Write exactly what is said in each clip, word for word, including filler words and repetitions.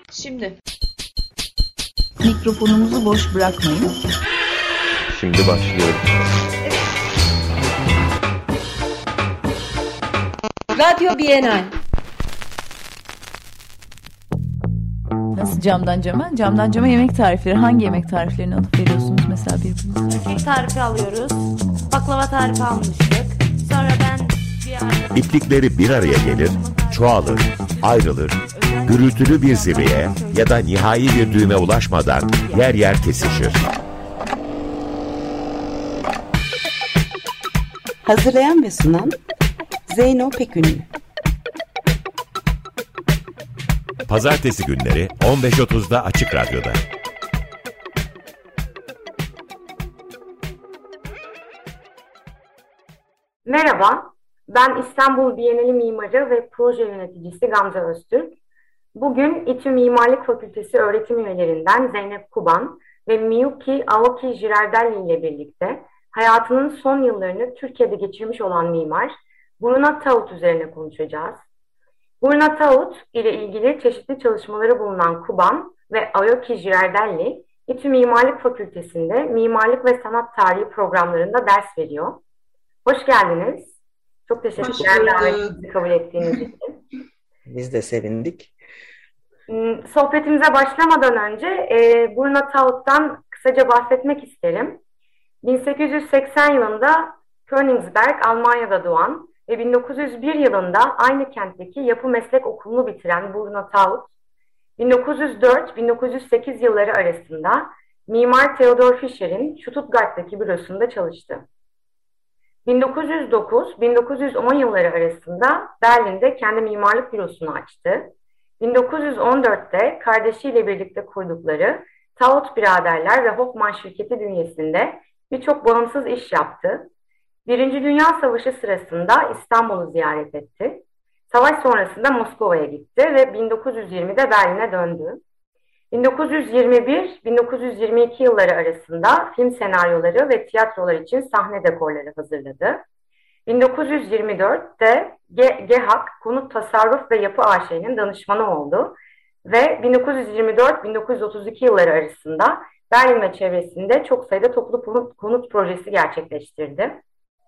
Şimdi mikrofonumuzu boş bırakmayın. Şimdi başlıyorum. Radyo Bienal. Nasıl camdan cama? Camdan cama yemek tarifleri. Hangi yemek tariflerini alıp veriyorsunuz mesela birbirinize? Kek tarifi alıyoruz. Baklava tarifi almıştık. Sonra ben bir arkadaşım... İplikleri bir araya gelir, çoğalır, ayrılır, gürültülü bir zirveye ya da nihai bir düğüme ulaşmadan yer yer kesişir. Hazırlayan ve sunan Zeyno Pekünlü. Pazartesi günleri on beş otuzda Açık Radyo'da. Merhaba, ben İstanbul Bienali mimarı ve proje yöneticisi Gamze Öztürk. Bugün İTÜ Mimarlık Fakültesi öğretim üyelerinden Zeynep Kuban ve Miyuki Aoki Girardelli ile birlikte hayatının son yıllarını Türkiye'de geçirmiş olan mimar Bruna Taut üzerine konuşacağız. Bruna Taut ile ilgili çeşitli çalışmaları bulunan Kuban ve Aoki Girardelli, İTÜ Mimarlık Fakültesi'nde mimarlık ve sanat tarihi programlarında ders veriyor. Hoş geldiniz. Çok teşekkürler davetimizi kabul ettiğiniz için. Biz de sevindik. Sohbetimize başlamadan önce e, Bruna Taut'tan kısaca bahsetmek isterim. bin sekiz yüz seksen yılında Königsberg, Almanya'da doğan ve bin dokuz yüz bir yılında aynı kentteki Yapı Meslek Okulu'nu bitiren Bruna Taut, bin dokuz yüz dört bin dokuz yüz sekiz yılları arasında mimar Theodor Fischer'in Stuttgart'taki bürosunda çalıştı. bin dokuz yüz dokuz bin dokuz yüz on yılları arasında Berlin'de kendi mimarlık bürosunu açtı. bin dokuz yüz on dörtte kardeşiyle birlikte kurdukları Taut Biraderler ve Hoffmann şirketi bünyesinde birçok bağımsız iş yaptı. Birinci Dünya Savaşı sırasında İstanbul'u ziyaret etti. Savaş sonrasında Moskova'ya gitti ve bin dokuz yüz yirmide Berlin'e döndü. bin dokuz yüz yirmi bir bin dokuz yüz yirmi iki yılları arasında film senaryoları ve tiyatrolar için sahne dekorları hazırladı. bin dokuz yüz yirmi dörtte GEHAK Konut Tasarruf ve Yapı A Ş'nin danışmanı oldu ve bin dokuz yüz yirmi dört bin dokuz yüz otuz iki yılları arasında Berlin ve çevresinde çok sayıda toplu konut, konut projesi gerçekleştirdi.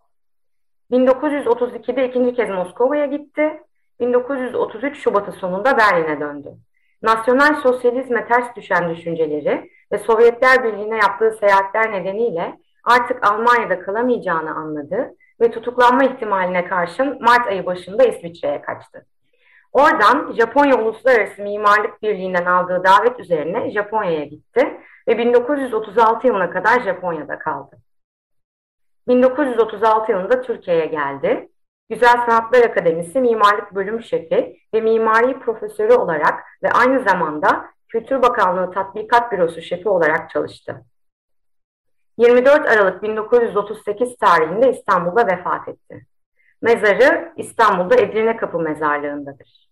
bin dokuz yüz otuz ikide ikinci kez Moskova'ya gitti. bin dokuz yüz otuz üç Şubat'ı sonunda Berlin'e döndü. Nasyonal sosyalizme ters düşen düşünceleri ve Sovyetler Birliği'ne yaptığı seyahatler nedeniyle artık Almanya'da kalamayacağını anladı ve tutuklanma ihtimaline karşın Mart ayı başında İsviçre'ye kaçtı. Oradan Japonya Uluslararası Mimarlık Birliği'nden aldığı davet üzerine Japonya'ya gitti ve bin dokuz yüz otuz altı yılına kadar Japonya'da kaldı. bin dokuz yüz otuz altı yılında Türkiye'ye geldi. Güzel Sanatlar Akademisi Mimarlık Bölüm Şefi ve Mimari Profesörü olarak ve aynı zamanda Kültür Bakanlığı Tatbikat Bürosu Şefi olarak çalıştı. yirmi dört Aralık bin dokuz yüz otuz sekiz tarihinde İstanbul'da vefat etti. Mezarı İstanbul'da Edirnekapı Mezarlığı'ndadır.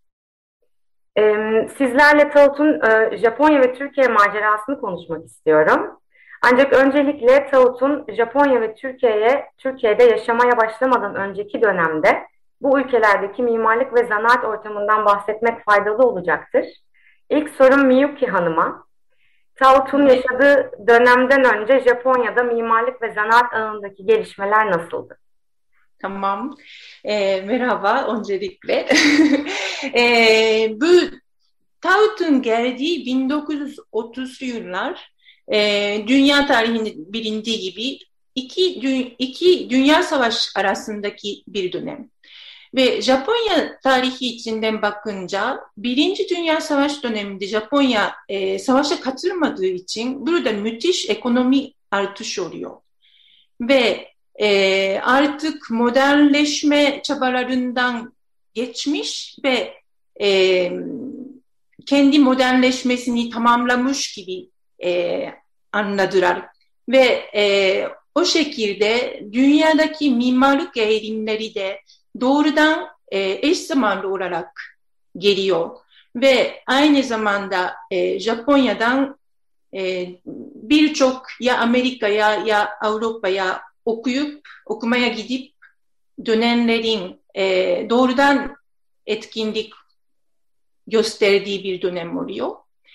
Ee, sizlerle Taut'un e, Japonya ve Türkiye macerasını konuşmak istiyorum. Ancak öncelikle Taut'un Japonya ve Türkiye'ye Türkiye'de yaşamaya başlamadan önceki dönemde bu ülkelerdeki mimarlık ve zanaat ortamından bahsetmek faydalı olacaktır. İlk sorum Miyuki Hanım'a. Taut'un yaşadığı dönemden önce Japonya'da mimarlık ve zanaat alanındaki gelişmeler nasıldı? Tamam. E, merhaba öncelikle. e, bu Taut'un geldiği bin dokuz yüz otuzlu yıllar e, dünya tarihinde bilindiği gibi iki, dü- iki dünya savaş arasındaki bir dönem. Ve Japonya tarihi içinden bakınca Birinci Dünya Savaş döneminde Japonya e, savaşa katılmadığı için burada müthiş ekonomi artış oluyor. Ve e, artık modernleşme çabalarından geçmiş ve e, kendi modernleşmesini tamamlamış gibi e, anladılar. Ve e, o şekilde dünyadaki mimarlık eğilimleri de doğrudan e, eş zamanlı olarak geliyor. Ve aynı zamanda e, Japonya'dan e, birçok ya Amerika'ya ya Avrupa'ya okuyup, okumaya gidip dönenlerin e, doğrudan etkinlik gösterdiği bir dönem oluyor.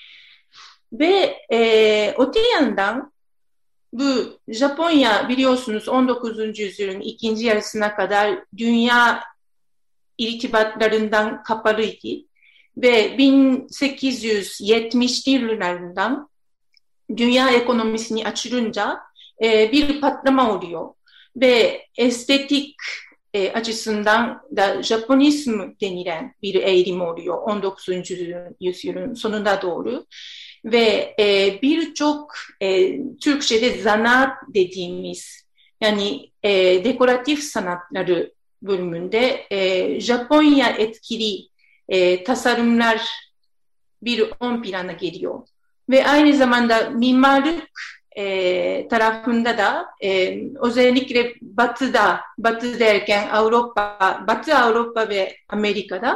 Ve e, öte yandan bu Japonya biliyorsunuz on dokuzuncu yüzyılın ikinci yarısına kadar dünya irtibatlarından kapalıydı. Ve bin sekiz yüz yetmişli yıllarından dünya ekonomisini açılınca e, bir patlama oluyor. Ve estetik e, açısından da Japonizm denilen bir eğilim oluyor on dokuzuncu yüzyılın sonuna doğru. Ve e, birçok e, Türkçe'de zanaat dediğimiz yani e, dekoratif sanatları bölümünde e, Japonya etkili e, tasarımlar bir ön plana geliyor. Ve aynı zamanda mimarlık e, tarafında da e, özellikle Batı'da, Batı derken Avrupa, Batı Avrupa ve Amerika'da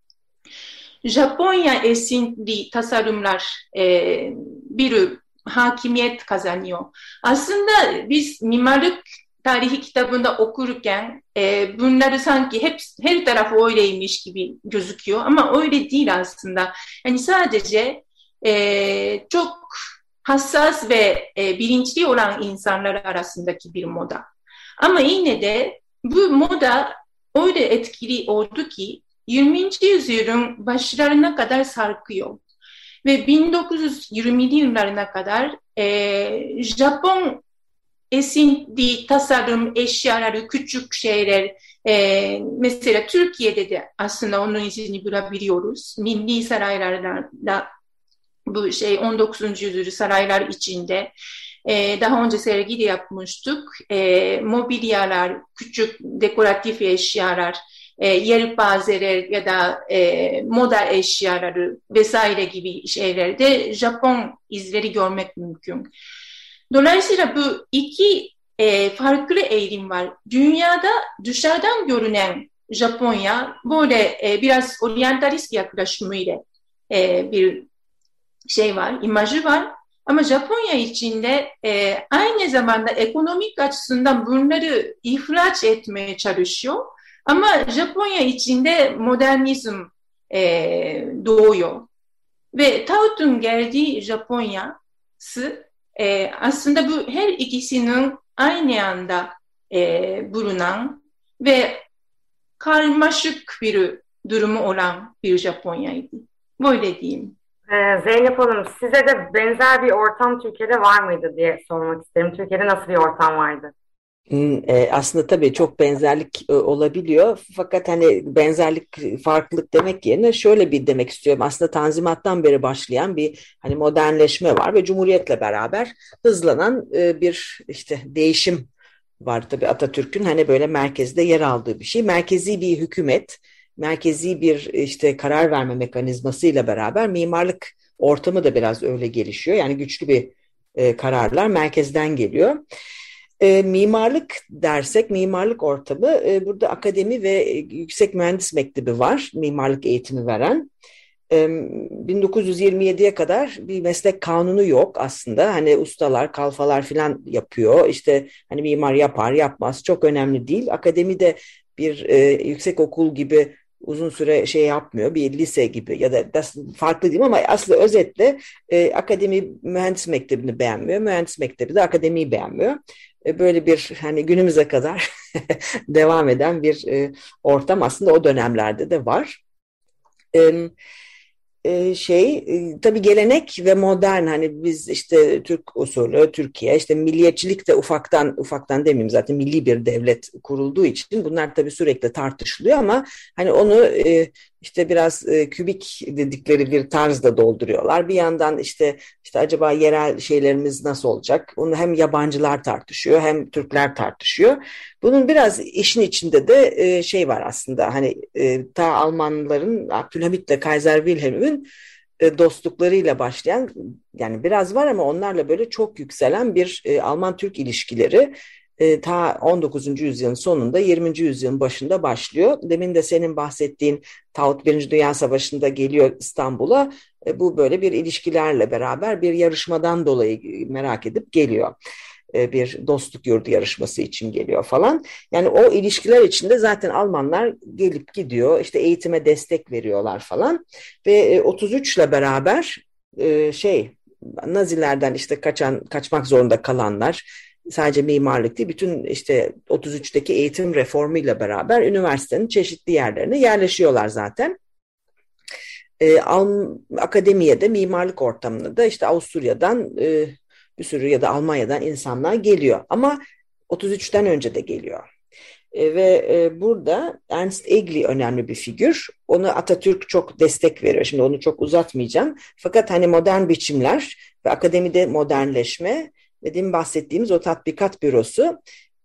Japonya esinli tasarımlar e, bir hakimiyet kazanıyor. Aslında biz mimarlık tarihi kitabında okurken e, bunları sanki hep her tarafı öyleymiş gibi gözüküyor ama öyle değil aslında. Yani sadece e, çok hassas ve e, bilinçli olan insanlar arasındaki bir moda. Ama yine de bu moda öyle etkili oldu ki yirminci yüzyılın başlarına kadar sarkıyor. Ve bin dokuz yüz yirmili yıllarına kadar e, Japon esinli tasarım eşyaları, küçük şeyler, e, mesela Türkiye'de de aslında onun izini bulabiliyoruz. Milli saraylarda bu şey on dokuzuncu yüzyıl saraylar içinde e, daha önce sergi de yapmıştık. E, mobilyalar, küçük dekoratif eşyalar, e, yelpazeler ya da e, moda eşyaları vesaire gibi şeylerde Japon izleri görmek mümkün. Dolayısıyla bu iki e, farklı eğilim var. Dünyada dışarıdan görünen Japonya böyle e, biraz oryantalist yaklaşımıyla e, bir şey var, imajı var. Ama Japonya içinde e, aynı zamanda ekonomik açısından bunları ihraç etmeye çalışıyor. Ama Japonya içinde modernizm e, doğuyor. Ve Taut'un geldiği Japonya'sı e, aslında bu her ikisinin aynı anda e, bulunan ve karmaşık bir durumu olan bir Japonya'ydı. Böyle diyeyim. Zeynep Hanım, size de benzer bir ortam Türkiye'de var mıydı diye sormak isterim. Türkiye'de nasıl bir ortam vardı? Aslında tabii çok benzerlik olabiliyor. Fakat hani benzerlik, farklılık demek yerine şöyle bir demek istiyorum. Aslında Tanzimat'tan beri başlayan bir hani modernleşme var ve Cumhuriyet'le beraber hızlanan bir işte değişim var. Tabii Atatürk'ün hani böyle merkezde yer aldığı bir şey. Merkezi bir hükümet, merkezi bir işte karar verme mekanizmasıyla beraber mimarlık ortamı da biraz öyle gelişiyor. Yani güçlü bir e, kararlar merkezden geliyor. E, mimarlık dersek, mimarlık ortamı, e, burada akademi ve yüksek mühendis mektebi var, mimarlık eğitimi veren. E, bin dokuz yüz yirmi yediye kadar bir meslek kanunu yok aslında. Hani ustalar, kalfalar falan yapıyor. İşte hani mimar yapar, yapmaz çok önemli değil. Akademide bir e, yüksek okul gibi uzun süre şey yapmıyor, bir lise gibi ya da farklı değil ama aslında özetle e, akademi mühendis mektebini beğenmiyor, mühendis mektebi de akademiyi beğenmiyor. E, böyle bir hani günümüze kadar devam eden bir e, ortam aslında o dönemlerde de var. E, e, şey e, tabii gelenek ve modern, hani biz işte Türk usulü, Türkiye, işte milliyetçilik de ufaktan ufaktan demeyeyim, zaten milli bir devlet kurulduğu için bunlar tabii sürekli tartışılıyor ama hani onu e, işte biraz e, kübik dedikleri bir tarzda dolduruyorlar. Bir yandan işte işte acaba yerel şeylerimiz nasıl olacak? Onu hem yabancılar tartışıyor hem Türkler tartışıyor. Bunun biraz işin içinde de e, şey var aslında, hani e, ta Almanların Abdülhamit'le Kaiser Wilhelm'in e, dostluklarıyla başlayan, yani biraz var ama onlarla böyle çok yükselen bir e, Alman-Türk ilişkileri e, ta on dokuzuncu yüzyılın sonunda yirminci yüzyılın başında başlıyor. Demin de senin bahsettiğin Taut Birinci Dünya Savaşı'nda geliyor İstanbul'a. E, bu böyle bir ilişkilerle beraber bir yarışmadan dolayı merak edip geliyor. E, bir dostluk yurdu yarışması için geliyor falan. Yani o ilişkiler içinde zaten Almanlar gelip gidiyor. İşte eğitime destek veriyorlar falan. Ve e, otuz üçle beraber e, şey Nazilerden işte kaçan, kaçmak zorunda kalanlar, sadece mimarlık değil, bütün işte otuz üçteki eğitim reformuyla beraber üniversitenin çeşitli yerlerine yerleşiyorlar zaten. E, akademiye de, mimarlık ortamına da işte Avusturya'dan e, bir sürü ya da Almanya'dan insanlar geliyor. Ama otuz üçten önce de geliyor. E, ve e, burada Ernst Egli önemli bir figür. Onu Atatürk çok destek veriyor. Şimdi onu çok uzatmayacağım. Fakat hani modern biçimler ve akademide modernleşme ve demin bahsettiğimiz o tatbikat bürosunu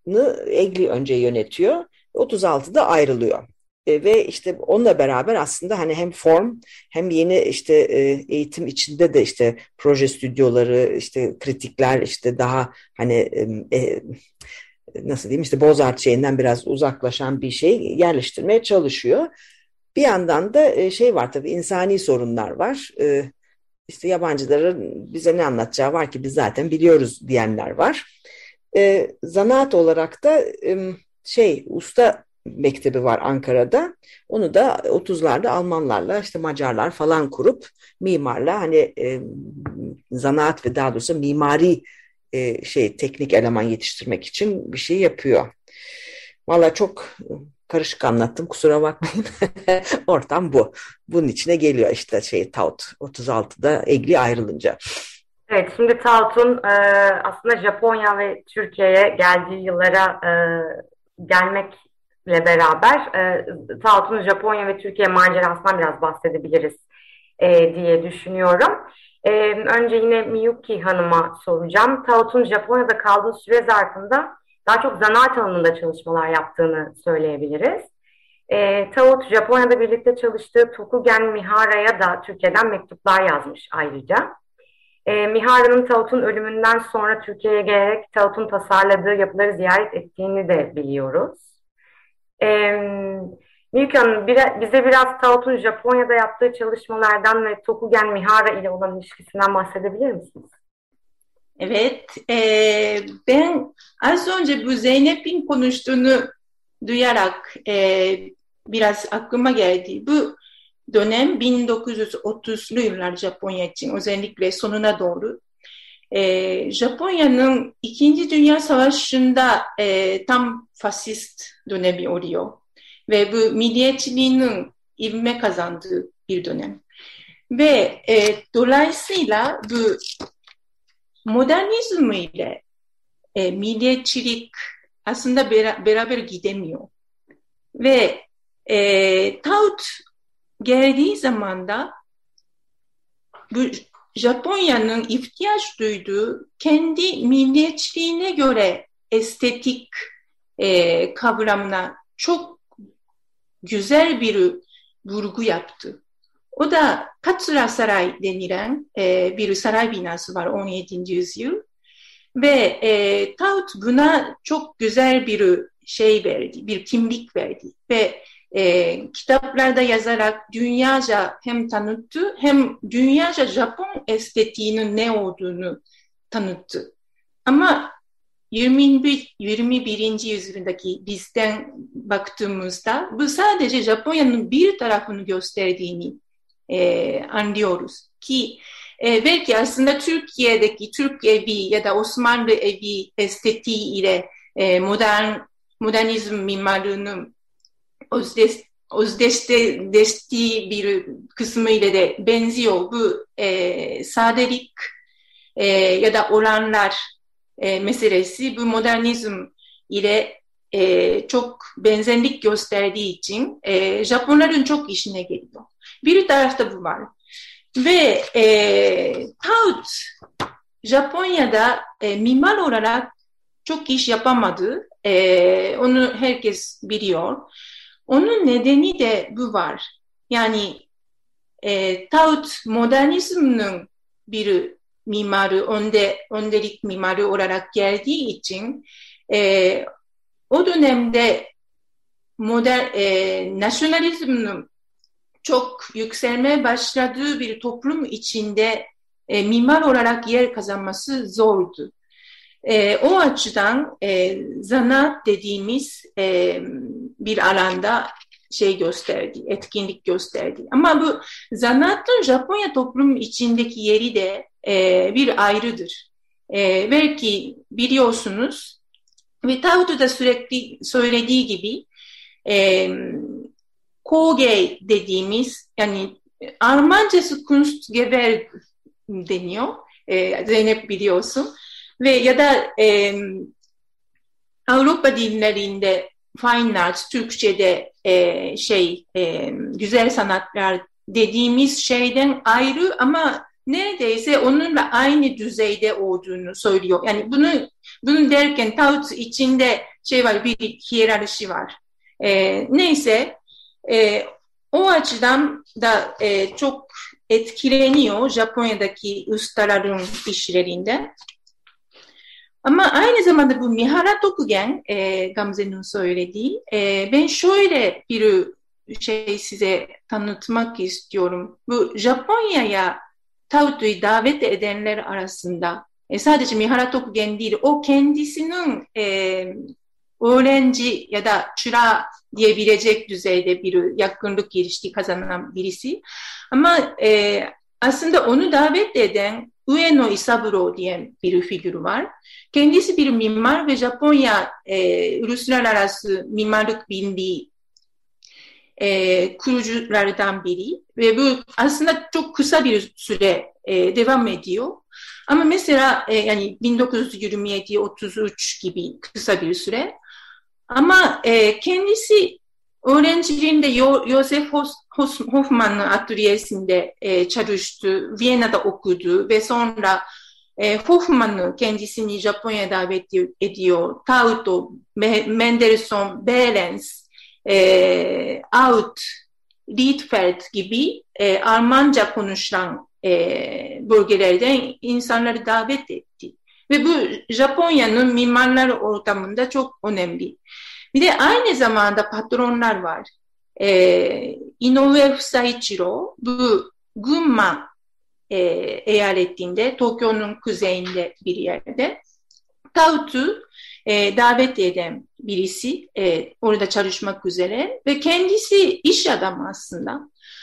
Egli önce yönetiyor. otuz altıda ayrılıyor. E, ve işte onunla beraber aslında hani hem form hem yeni işte e, eğitim içinde de işte proje stüdyoları, işte kritikler, işte daha hani e, e, nasıl diyeyim, işte Bozart şeyinden biraz uzaklaşan bir şey yerleştirmeye çalışıyor. Bir yandan da e, şey var tabii, insani sorunlar var. E, işte yabancıların bize ne anlatacağı var ki biz zaten biliyoruz diyenler var. E, zanaat olarak da e, şey usta mektebi var Ankara'da. Onu da otuzlarda Almanlarla, işte Macarlar falan kurup mimarla hani e, zanaat ve daha doğrusu mimari e, şey teknik eleman yetiştirmek için bir şey yapıyor. Vallahi çok karışık anlattım, kusura bakmayın. Ortam bu. Bunun içine geliyor işte şey Taut otuz altıda Egli ayrılınca. Evet, şimdi Taut'un e, aslında Japonya ve Türkiye'ye geldiği yıllara e, gelmekle beraber e, Taut'un Japonya ve Türkiye macerasından biraz bahsedebiliriz e, diye düşünüyorum. E, önce yine Miyuki Hanım'a soracağım. Taut'un Japonya'da kaldığı süre zarfında daha çok zanaat alanında çalışmalar yaptığını söyleyebiliriz. E, Taut, Japonya'da birlikte çalıştığı Tokugen Mihara'ya da Türkiye'den mektuplar yazmış ayrıca. E, Mihara'nın Taut'un ölümünden sonra Türkiye'ye gelerek Taut'un tasarladığı yapıları ziyaret ettiğini de biliyoruz. E, Miyuki Hanım, bize biraz Taut'un Japonya'da yaptığı çalışmalardan ve Tokugen Mihara ile olan ilişkisinden bahsedebilir misiniz? Evet, e, ben az önce bu Zeynep'in konuştuğunu duyarak e, biraz aklıma geldi. Bu dönem bin dokuz yüz otuzlu yıllar Japonya için, özellikle sonuna doğru. E, Japonya'nın İkinci Dünya Savaşı'nda e, tam faşist dönemi oluyor. Ve bu milliyetçiliğinin ivme kazandığı bir dönem. Ve e, dolayısıyla bu modernizm ile e, milliyetçilik aslında bera- beraber gidemiyor. Ve e, Taut geldiği zaman da bu Japonya'nın ihtiyaç duyduğu kendi milliyetçiliğine göre estetik e, kavramına çok güzel bir vurgu yaptı. O da Katsura Saray denilen e, bir saray binası var on yedinci yüzyıl. Ve e, Taut buna çok güzel bir şey verdi, bir kimlik verdi. Ve e, kitaplarda yazarak dünyaca hem tanıttı, hem dünyaca Japon estetiğinin ne olduğunu tanıttı. Ama yirmi birinci yüzyıldaki bizden baktığımızda bu sadece Japonya'nın bir tarafını gösterdiğini e, anlıyoruz. Ki e, belki aslında Türkiye'deki Türk evi ya da Osmanlı evi estetiği ile e, modern modernizm mimarlığının özdeştiği bir kısmı ile de benziyor. Bu e, sadelik e, ya da oranlar e, meselesi bu modernizm ile e, çok benzerlik gösterdiği için e, Japonların çok işine geliyor. Bir tarafta bu var. Ve e, Taut Japonya'da e, mimar olarak çok iş yapamadı. E, onu herkes biliyor. Onun nedeni de bu var. Yani e, Taut modernizmin bir mimarı, önde, öndelik mimarı olarak geldiği için e, o dönemde modern e, nasyonalizmin çok yükselmeye başladığı bir toplum içinde e, mimar olarak yer kazanması zordu. E, o açıdan e, zanaat dediğimiz e, bir alanda şey gösterdi, etkinlik gösterdi. Ama bu zanaatın Japonya toplumu içindeki yeri de e, bir ayrıdır. E, belki biliyorsunuz ve Tao'da da sürekli söylediği gibi e, Koge dediğimiz, yani Almancası Kunstgewerk deniyor. E, Zeynep biliyorsun. Ve ya da e, Avrupa dillerinde Fine Arts, Türkçe'de e, şey e, güzel sanatlar dediğimiz şeyden ayrı ama neredeyse onunla aynı düzeyde olduğunu söylüyor. Yani bunu bunu derken Tao içinde şey var, bir hiyerarşi var. E, neyse e, o açıdan da e, çok etkileniyor Japonya'daki ustaların işlerinde. Ama aynı zamanda bu Mihara Tokugen, e, Gamze'nin söylediği, e, ben şöyle bir şey size tanıtmak istiyorum. Bu Japonya'ya Tao'yu davet edenler arasında e, sadece Mihara Tokugen değil, o kendisinin e, öğrenci ya da çırağı diyebilecek düzeyde bir yakınlık ilişki kazanan birisi. Ama e, aslında onu davet eden Ueno Isaburo diye bir figür var. Kendisi bir mimar ve Japonya e, Uluslararası Mimarlık Birliği e, kuruculardan biri. Ve bu aslında çok kısa bir süre e, devam ediyor. Ama mesela e, yani bin dokuz yüz yirmi yedi otuz üç gibi kısa bir süre. Ama e, kendisi öğrenciliğinde Yo- Joseph Hos- Hoffman'ın atölyesinde e, çalıştı, Viyana'da okudu ve sonra e, Hoffman'ı kendisini Japonya'ya davet ediyor. Tao, Mendelssohn, Behrens, e, Out, Rietveld gibi e, Almanca konuşulan e, bölgelerden insanları davet etti. Ve bu Japonya'nın mimarlar ortamında çok önemli. Bir de aynı zamanda patronlar var. Ee, Inoue Fusaichiro, bu Gunma e, eyaletinde, Tokyo'nun kuzeyinde bir yerde. Tao'yu e, davet eden birisi, e, orada çalışmak üzere ve kendisi iş adamı aslında.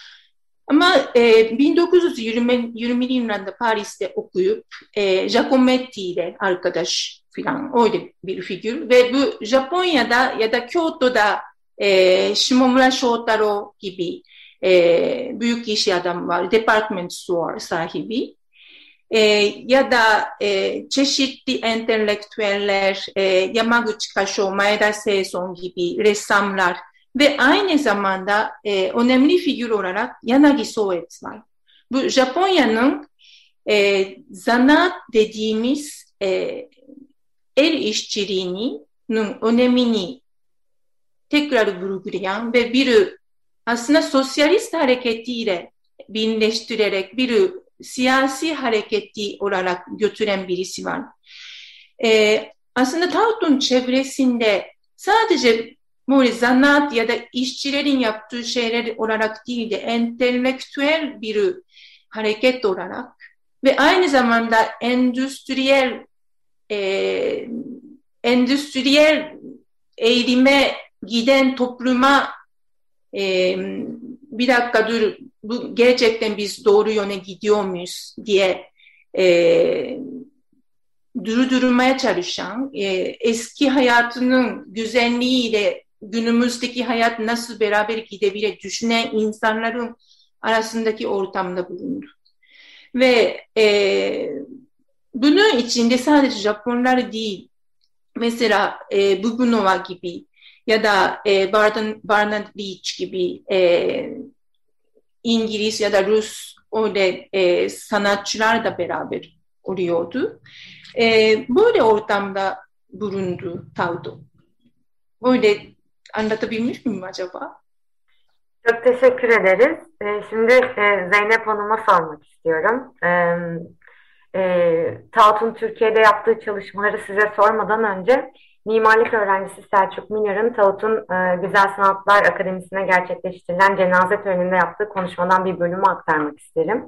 Ama e, bin dokuz yüz yirmi yılında Paris'te okuyup e, Giacometti ile arkadaş falan, öyle bir figür. Ve bu Japonya'da ya da Kyoto'da e, Shimomura Shotaro gibi e, büyük iş adamı var, department store sahibi. E, ya da e, çeşitli entelektüeller, e, Yamaguchi Kasho, Maeda Seison gibi ressamlar ve aynı zamanda e, önemli figür olarak Yanagi Soet var. Bu Japonya'nın e, zanaat dediğimiz e, el işçiliğinin önemini tekrar vurgulayan ve bir aslında sosyalist hareketiyle birleştirerek bir siyasi hareketi olarak götüren birisi var. Ee, aslında Tao'nun çevresinde sadece böyle zanaat ya da işçilerin yaptığı şeyler olarak değil de entelektüel bir hareket olarak ve aynı zamanda endüstriyel e, endüstriyel eğilime giden topluma e, bir dakika dur, bu gerçekten biz doğru yöne gidiyor muyuz diye e, durdurmaya çalışan, e, eski hayatının güzelliğiyle günümüzdeki hayat nasıl beraber gidebilir düşünen insanların arasındaki ortamda bulundu. Ve e, bunun içinde sadece Japonlar değil, mesela e, Bubunova gibi ya da e, Barnard Leach gibi e, İngiliz ya da Rus öyle e, sanatçılar da beraber oluyordu. E, böyle ortamda bulundu Tao. Böyle anlatabilmiş miyim acaba? Çok teşekkür ederiz. E, şimdi e, Zeynep Hanım'a sormak istiyorum. E, e, Tao'nun Türkiye'de yaptığı çalışmaları size sormadan önce mimarlık öğrencisi Selçuk Minör'ün Tao'nun e, Güzel Sanatlar Akademisi'ne gerçekleştirilen cenaze töreninde yaptığı konuşmadan bir bölümü aktarmak isterim.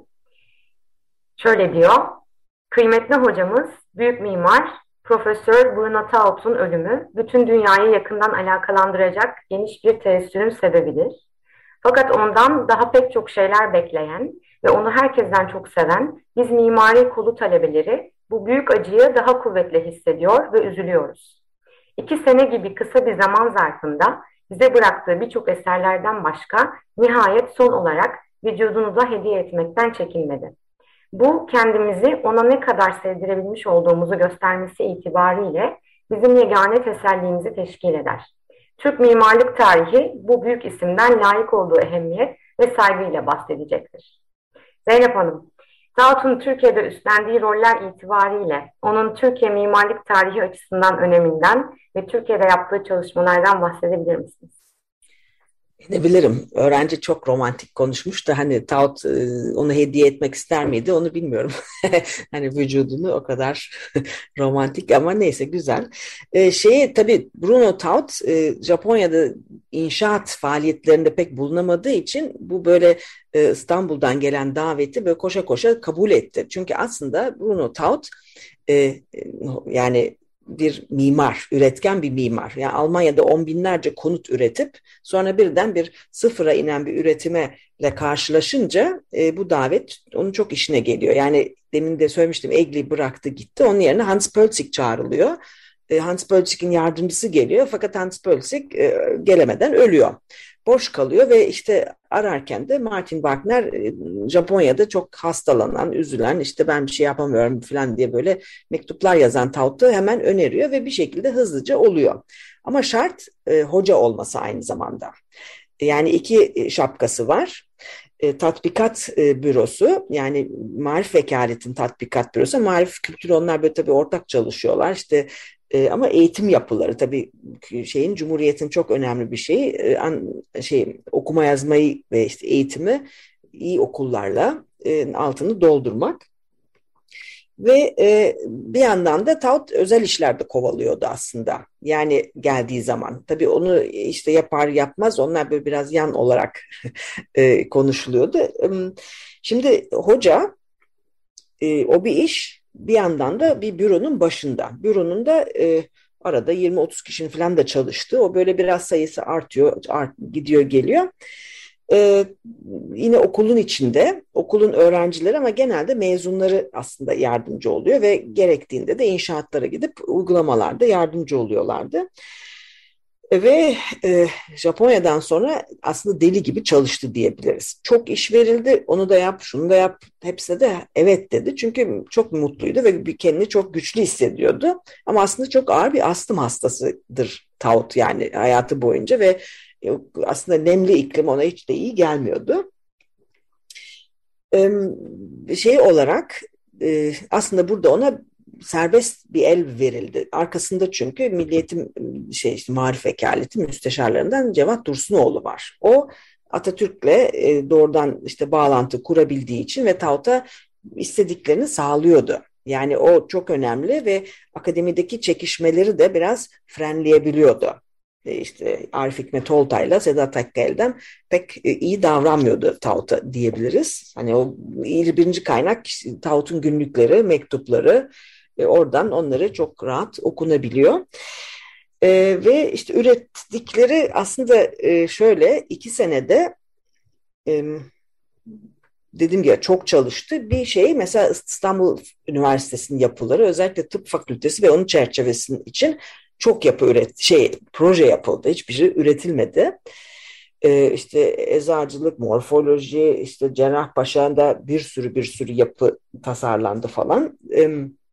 Şöyle diyor: kıymetli hocamız, büyük mimar, Profesör Bruno Taut'un ölümü bütün dünyayı yakından alakalandıracak geniş bir teessürün sebebidir. Fakat ondan daha pek çok şeyler bekleyen ve onu herkesten çok seven biz mimari kolu talebeleri bu büyük acıyı daha kuvvetli hissediyor ve üzülüyoruz. İki sene gibi kısa bir zaman zarfında bize bıraktığı birçok eserlerden başka nihayet son olarak vücudunu da hediye etmekten çekinmedi. Bu kendimizi ona ne kadar sevdirebilmiş olduğumuzu göstermesi itibariyle bizim yegane teselliğimizi teşkil eder. Türk mimarlık tarihi bu büyük isimden layık olduğu ehemmiyet ve saygıyla bahsedecektir. Zeynep Hanım, Taut'un Türkiye'de üstlendiği roller itibariyle onun Türkiye mimarlık tarihi açısından öneminden ve Türkiye'de yaptığı çalışmalardan bahsedebilir misiniz? Ne bilirim, öğrenci çok romantik konuşmuş da hani Taut onu hediye etmek ister miydi onu bilmiyorum. Hani vücudunu o kadar romantik ama neyse güzel. Ee, şeyi tabii Bruno Taut e, Japonya'da inşaat faaliyetlerinde pek bulunamadığı için bu böyle e, İstanbul'dan gelen daveti böyle koşa koşa kabul etti. Çünkü aslında Bruno Taut e, yani bir mimar, üretken bir mimar. Yani Almanya'da on binlerce konut üretip sonra birden bir sıfıra inen bir üretime karşılaşınca e, bu davet onun çok işine geliyor. Yani demin de söylemiştim, Egli bıraktı gitti. Onun yerine Hans Pölzig çağrılıyor. E, Hans Pölzig'in yardımcısı geliyor fakat Hans Pölzig e, gelemeden ölüyor. Boş kalıyor ve işte ararken de Martin Wagner Japonya'da çok hastalanan, üzülen, işte ben bir şey yapamıyorum falan diye böyle mektuplar yazan Taut'u hemen öneriyor ve bir şekilde hızlıca oluyor. Ama şart e, hoca olması aynı zamanda. Yani iki şapkası var. E, tatbikat e, bürosu, yani Marif Vekalet'in tatbikat bürosu. Marif Kültür, onlar böyle tabii ortak çalışıyorlar. İşte E, ama eğitim yapıları tabii şeyin, Cumhuriyet'in çok önemli bir şeyi, e, an, şey okuma yazmayı ve işte eğitimi iyi okullarla e, altını doldurmak. Ve e, bir yandan da Taut özel işlerde kovalıyordu aslında. Yani geldiği zaman. Tabii onu işte yapar yapmaz onlar böyle biraz yan olarak e, konuşuluyordu. E, şimdi hoca e, o bir iş. Bir yandan da bir büronun başında. Büronun da e, arada yirmi otuz kişinin falan da çalıştığı. O böyle biraz sayısı artıyor, art, gidiyor geliyor. E, yine okulun içinde, okulun öğrencileri ama genelde mezunları aslında yardımcı oluyor ve gerektiğinde de inşaatlara gidip uygulamalarda yardımcı oluyorlardı. Ve e, Japonya'dan sonra aslında deli gibi çalıştı diyebiliriz. Çok iş verildi, onu da yap, şunu da yap, hepsine de evet dedi. Çünkü çok mutluydu ve kendini çok güçlü hissediyordu. Ama aslında çok ağır bir astım hastasıdır Taut, yani hayatı boyunca ve aslında nemli iklim ona hiç de iyi gelmiyordu. E, şey olarak e, aslında burada ona serbest bir el verildi. Arkasında çünkü Milliyetin şey işte Marif Vekaleti müsteşarlarından Cevat Dursunoğlu var. O Atatürk'le e, doğrudan işte bağlantı kurabildiği için ve Taut'a istediklerini sağlıyordu. Yani o çok önemli ve akademideki çekişmeleri de biraz frenleyebiliyordu. E, işte Arif Hikmet Oltay'la Sedat Akkaya'dan pek e, iyi davranmıyordu Taut'a diyebiliriz. Hani o birinci kaynak Taut'un günlükleri, mektupları. E, oradan onları çok rahat okunabiliyor. E, ve işte ürettikleri aslında e, şöyle iki senede e, dediğim gibi çok çalıştı. Bir şey mesela İstanbul Üniversitesi'nin yapıları, özellikle tıp fakültesi ve onun çerçevesinin için çok yapı üret, şey proje yapıldı. Hiçbir şey üretilmedi. Ee, işte eczacılık, morfoloji, işte Cerrahpaşa'da bir sürü bir sürü yapı tasarlandı falan. Ee,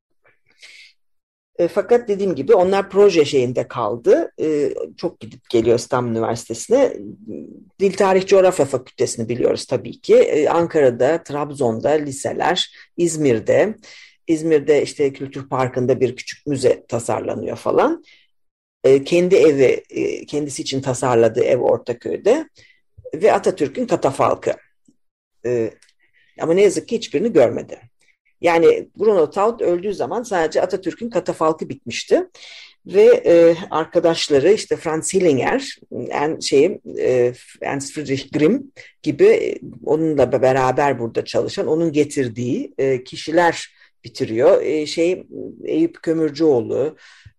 e, fakat dediğim gibi onlar proje şeyinde kaldı. Ee, çok gidip geliyor İstanbul Üniversitesi'ne. Dil Tarih Coğrafya Fakültesini biliyoruz tabii ki. Ee, Ankara'da, Trabzon'da liseler, İzmir'de. İzmir'de işte Kültür Parkı'nda bir küçük müze tasarlanıyor falan. E, kendi evi, e, kendisi için tasarladığı ev Ortaköy'de ve Atatürk'ün katafalkı. E, ama ne yazık ki hiçbirini görmedi. Yani Bruno Taut öldüğü zaman sadece Atatürk'ün katafalkı bitmişti. Ve e, arkadaşları işte Franz Hillinger, en, şey, e, Ernst Friedrich Grimm gibi onunla beraber burada çalışan, onun getirdiği e, kişiler bitiriyor. E, şey Eyüp Kömürcüoğlu,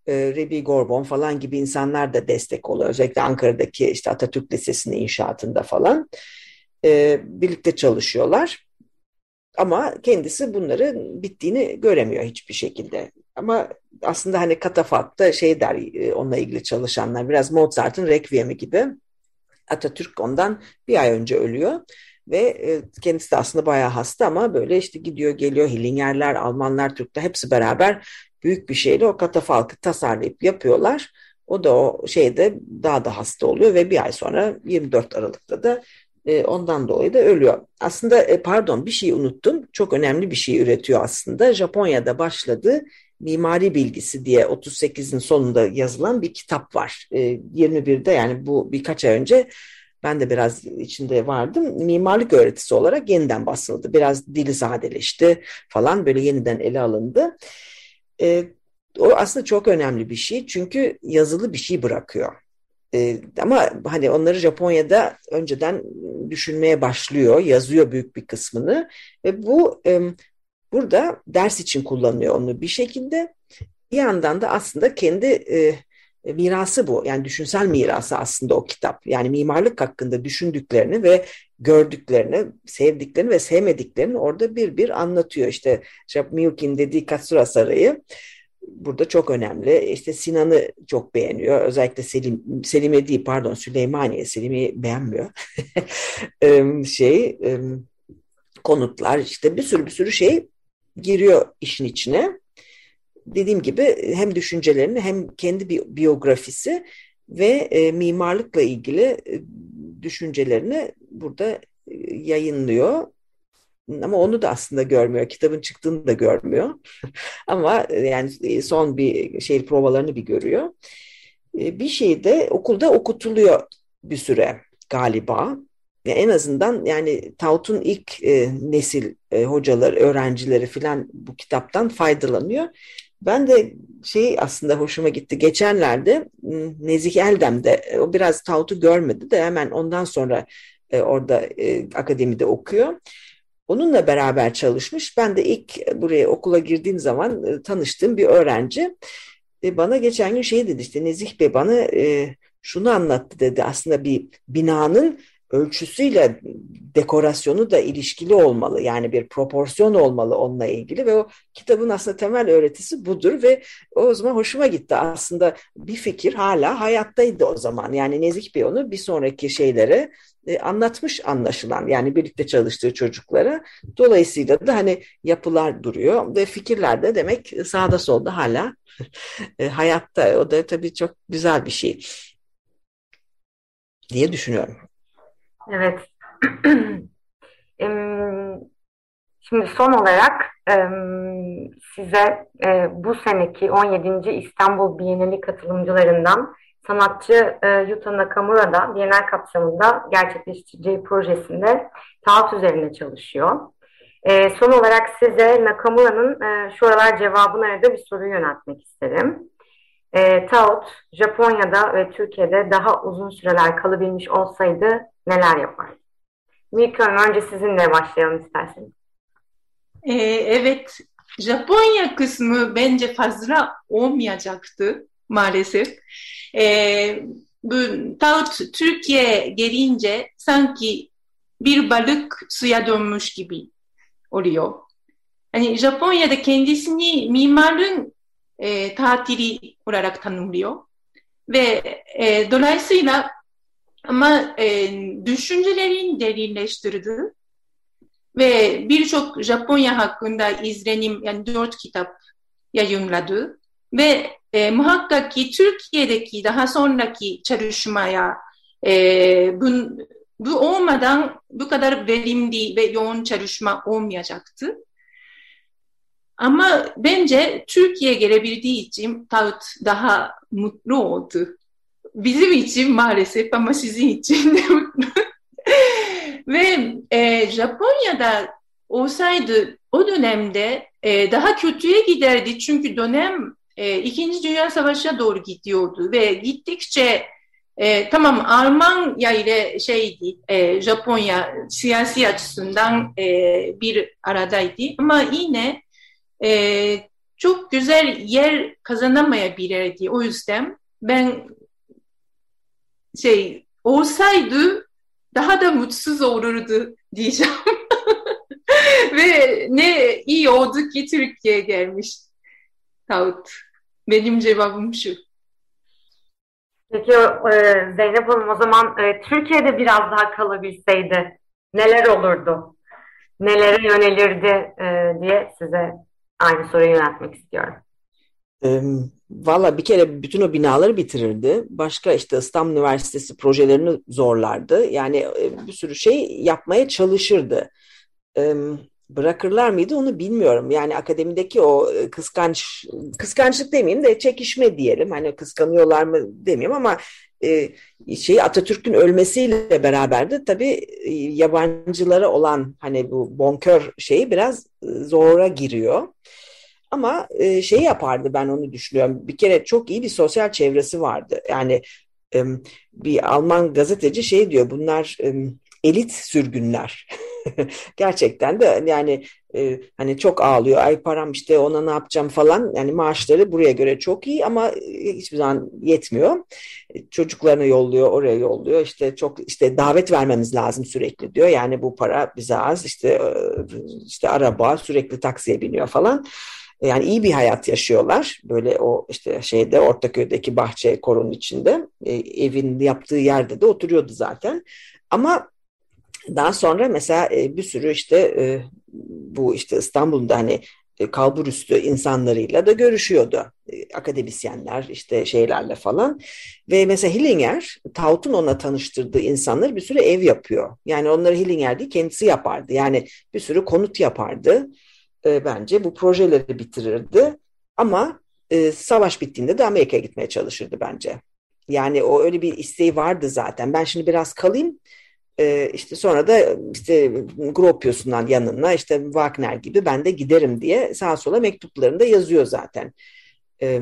e, Rebi Gorbon falan gibi insanlar da destek oluyor. Özellikle Ankara'daki işte Atatürk Lisesi'nin inşaatında falan e, birlikte çalışıyorlar. Ama kendisi bunların bittiğini göremiyor hiçbir şekilde. Ama aslında hani katafalkta şey der e, onunla ilgili çalışanlar, biraz Mozart'ın Requiem'i gibi. Atatürk ondan bir ay önce ölüyor ve e, kendisi de aslında bayağı hasta ama böyle işte gidiyor geliyor, Hillingerler, Almanlar, Türkler hepsi beraber büyük bir şeyle o katafalkı tasarlayıp yapıyorlar. O da o şeyde daha da hasta oluyor ve bir ay sonra yirmi dört Aralık'ta da e, ondan dolayı da ölüyor. Aslında e, pardon bir şey unuttum. Çok önemli bir şey üretiyor aslında. Japonya'da başladığı Mimari Bilgisi diye otuz sekizin sonunda yazılan bir kitap var. E, yirmi birde yani bu birkaç ay önce ben de biraz içinde vardım. Mimarlık öğretisi olarak yeniden basıldı. Biraz dili sadeleşti falan böyle yeniden ele alındı. E, o aslında çok önemli bir şey çünkü yazılı bir şey bırakıyor. E, ama hani onları Japonya'da önceden düşünmeye başlıyor, yazıyor büyük bir kısmını ve bu e, burada ders için kullanıyor onu bir şekilde. Bir yandan da aslında kendi e, mirası bu. Yani düşünsel mirası aslında o kitap. Yani mimarlık hakkında düşündüklerini ve gördüklerini, sevdiklerini ve sevmediklerini orada bir bir anlatıyor. İşte Miyuki'nin dediği Katsura Sarayı burada çok önemli. İşte Sinan'ı çok beğeniyor. Özellikle Selim, Selimiye değil pardon Süleymaniye. Selimiye'yi beğenmiyor. şey konutlar işte bir sürü bir sürü şey giriyor işin içine. Dediğim gibi hem düşüncelerini hem kendi bi- biyografisi ve e, mimarlıkla ilgili e, düşüncelerini burada e, yayınlıyor. Ama onu da aslında görmüyor. Kitabın çıktığını da görmüyor. Ama e, yani son bir şey provalarını bir görüyor. E, bir şey de okulda okutuluyor bir süre galiba. Ya en azından yani Taut'un ilk e, nesil e, hocaları, öğrencileri filan bu kitaptan faydalanıyor. Ben de şey aslında hoşuma gitti. Geçenlerde Nezih Eldem de o biraz Taut'u görmedi de hemen ondan sonra e, orada e, akademide okuyor. Onunla beraber çalışmış. Ben de ilk buraya okula girdiğim zaman e, tanıştığım bir öğrenci. E, bana geçen gün şey dedi işte Nezih Bey bana e, şunu anlattı dedi. Aslında bir binanın ölçüsüyle dekorasyonu da ilişkili olmalı. Yani bir proporsiyon olmalı onunla ilgili ve o kitabın aslında temel öğretisi budur ve o zaman hoşuma gitti. Aslında bir fikir hala hayattaydı o zaman. Yani Nezih Bey onu bir sonraki şeylere e, anlatmış anlaşılan. Yani birlikte çalıştığı çocuklara. Dolayısıyla da hani yapılar duruyor ve fikirler de demek sağda solda hala e, hayatta. O da tabii çok güzel bir şey diye düşünüyorum. Evet. Şimdi son olarak size bu seneki on yedinci İstanbul Bienali katılımcılarından sanatçı Yuta Nakamura da Bienal kapsamında gerçekleştireceği projesinde taahhüt üzerine çalışıyor. Son olarak size Nakamura'nın şu aralar cevabını aradığı bir soruyu yöneltmek isterim. E, Taahhüt Japonya'da ve Türkiye'de daha uzun süreler kalabilmiş olsaydı neler yapardı? Miyuki Hanım önce sizinle başlayalım isterseniz. Ee, evet, Japonya kısmı bence fazla olmayacaktı maalesef. Ee, bu Taahhüt Türkiye gelince sanki bir balık suya dönmüş gibi oluyor. Hani Japonya'da kendisini mimarın E, tatili olarak tanımlıyor ve e, dolayısıyla ama e, düşüncelerini derinleştirdi ve birçok Japonya hakkında izlenim yani dört kitap yayınladı ve e, muhakkak ki Türkiye'deki daha sonraki çalışmaya e, bu, bu olmadan bu kadar verimli ve yoğun çalışma olmayacaktı. Ama bence Türkiye gelebildiği için Taahhüt daha mutlu oldu. Bizim için maalesef ama sizin için de mutlu. Ve e, Japonya'da olsaydı o dönemde e, daha kötüye giderdi. Çünkü dönem e, İkinci Dünya Savaşı'na doğru gidiyordu. Ve gittikçe e, tamam Almanya ile şeydi e, Japonya siyasi açısından e, bir aradaydı. Ama yine Ee, çok güzel yer kazanamayabilirdi. O yüzden ben şey olsaydı daha da mutsuz olurdu diyeceğim. Ve ne iyi oldu ki Türkiye'ye gelmiş Taut. Benim cevabım şu. Peki e, Zeynep Hanım, o zaman e, Türkiye'de biraz daha kalabilseydi neler olurdu? Nelere yönelirdi e, diye size aynı soruyu yöneltmek istiyorum. E, Valla bir kere bütün o binaları bitirirdi. Başka işte İstanbul Üniversitesi projelerini zorlardı. Yani e, bir sürü şey yapmaya çalışırdı. E, Bırakırlar mıydı onu bilmiyorum. Yani akademideki o kıskanç, kıskançlık demeyeyim de çekişme diyelim. Hani kıskanıyorlar mı demeyeyim ama e, şey Atatürk'ün ölmesiyle beraber de tabii e, yabancılara olan hani bu bonkör şeyi biraz zora giriyor. Ama e, şey yapardı, ben onu düşünüyorum. Bir kere çok iyi bir sosyal çevresi vardı. Yani e, bir Alman gazeteci şey diyor, bunlar e, elit sürgünler. Gerçekten de yani e, hani çok ağlıyor. Ay param işte, ona ne yapacağım falan. Yani maaşları buraya göre çok iyi ama hiçbir zaman yetmiyor. Çocuklarını yolluyor, oraya yolluyor. İşte çok işte davet vermemiz lazım sürekli diyor. Yani bu para bize az. İşte işte araba, sürekli taksiye biniyor falan. Yani iyi bir hayat yaşıyorlar. Böyle o işte şeyde Ortaköy'deki bahçe korunun içinde. E, evin yaptığı yerde de oturuyordu zaten. Ama daha sonra mesela e, bir sürü işte e, bu işte İstanbul'da hani e, kalburüstü insanlarıyla da görüşüyordu. E, akademisyenler işte şeylerle falan. Ve mesela Hillinger, Taut'un ona tanıştırdığı insanlar bir sürü ev yapıyor. Yani onları Hillinger değil kendisi yapardı. Yani bir sürü konut yapardı. E, bence bu projeleri bitirirdi. Ama e, savaş bittiğinde de Amerika'ya gitmeye çalışırdı bence. Yani o öyle bir isteği vardı zaten. Ben şimdi biraz kalayım. Ee, işte sonra da işte Gropius'undan yanına işte Wagner gibi ben de giderim diye sağa sola mektuplarında yazıyor zaten. Ee,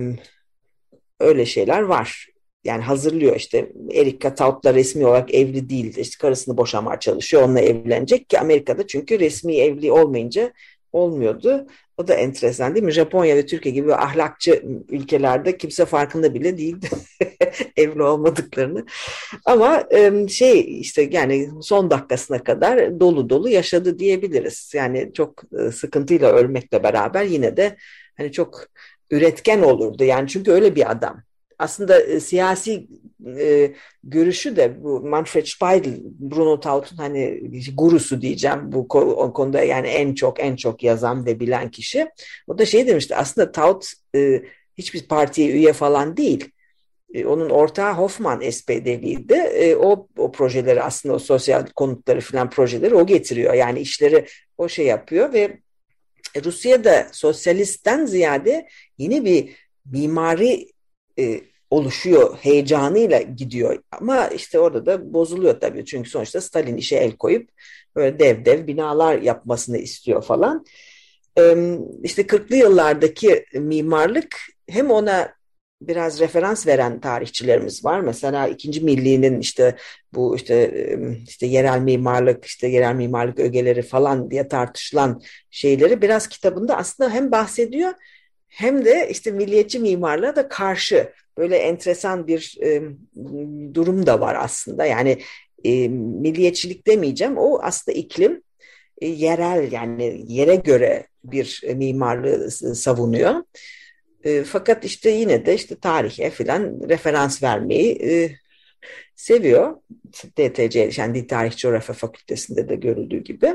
öyle şeyler var. Yani hazırlıyor işte. Erika Taut'la resmi olarak evli değildi. İşte karısını boşamaya çalışıyor. Onunla evlenecek ki Amerika'da, çünkü resmi evli olmayınca olmuyordu. O da enteresan değil mi? Japonya ve Türkiye gibi ahlakçı ülkelerde kimse farkında bile değildi evli olmadıklarını. Ama şey işte yani son dakikasına kadar dolu dolu yaşadı diyebiliriz. Yani çok sıkıntıyla ölmekle beraber yine de hani çok üretken olurdu. Yani çünkü öyle bir adam. Aslında e, siyasi e, görüşü de bu Manfred Speidel, Bruno Taut'un hani gurusu diyeceğim bu o konuda, yani en çok en çok yazan ve bilen kişi. O da şey demişti, aslında Taut e, hiçbir partiye üye falan değil. E, onun ortağı Hoffman S P D'liydi. E, o, o projeleri aslında, o sosyal konutları falan projeleri o getiriyor. Yani işleri o şey yapıyor ve Rusya'da sosyalistten ziyade yeni bir mimari e, oluşuyor, heyecanıyla gidiyor. Ama işte orada da bozuluyor tabii. Çünkü sonuçta Stalin işe el koyup böyle dev dev binalar yapmasını istiyor falan. E, işte kırklı yıllardaki mimarlık, hem ona biraz referans veren tarihçilerimiz var. Mesela ikinci Milli'nin işte bu işte işte yerel mimarlık, işte yerel mimarlık ögeleri falan diye tartışılan şeyleri biraz kitabında aslında hem bahsediyor hem de işte milliyetçi mimarlığa da karşı böyle enteresan bir e, durum da var aslında. Yani e, milliyetçilik demeyeceğim, o aslında iklim e, yerel, yani yere göre bir e, mimarlığı savunuyor. E, fakat işte yine de işte tarihe filan referans vermeyi e, seviyor. D T C, yani Dil Tarih Coğrafya Fakültesi'nde de görüldüğü gibi.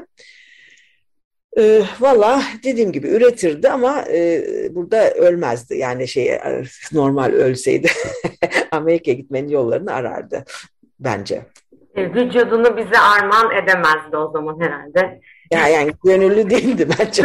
E, Valla dediğim gibi üretirdi ama e, burada ölmezdi. Yani şey normal ölseydi Amerika'ya gitmenin yollarını arardı bence. E, vücudunu bize armağan edemezdi o zaman herhalde. Ya yani gönüllü değildi bence.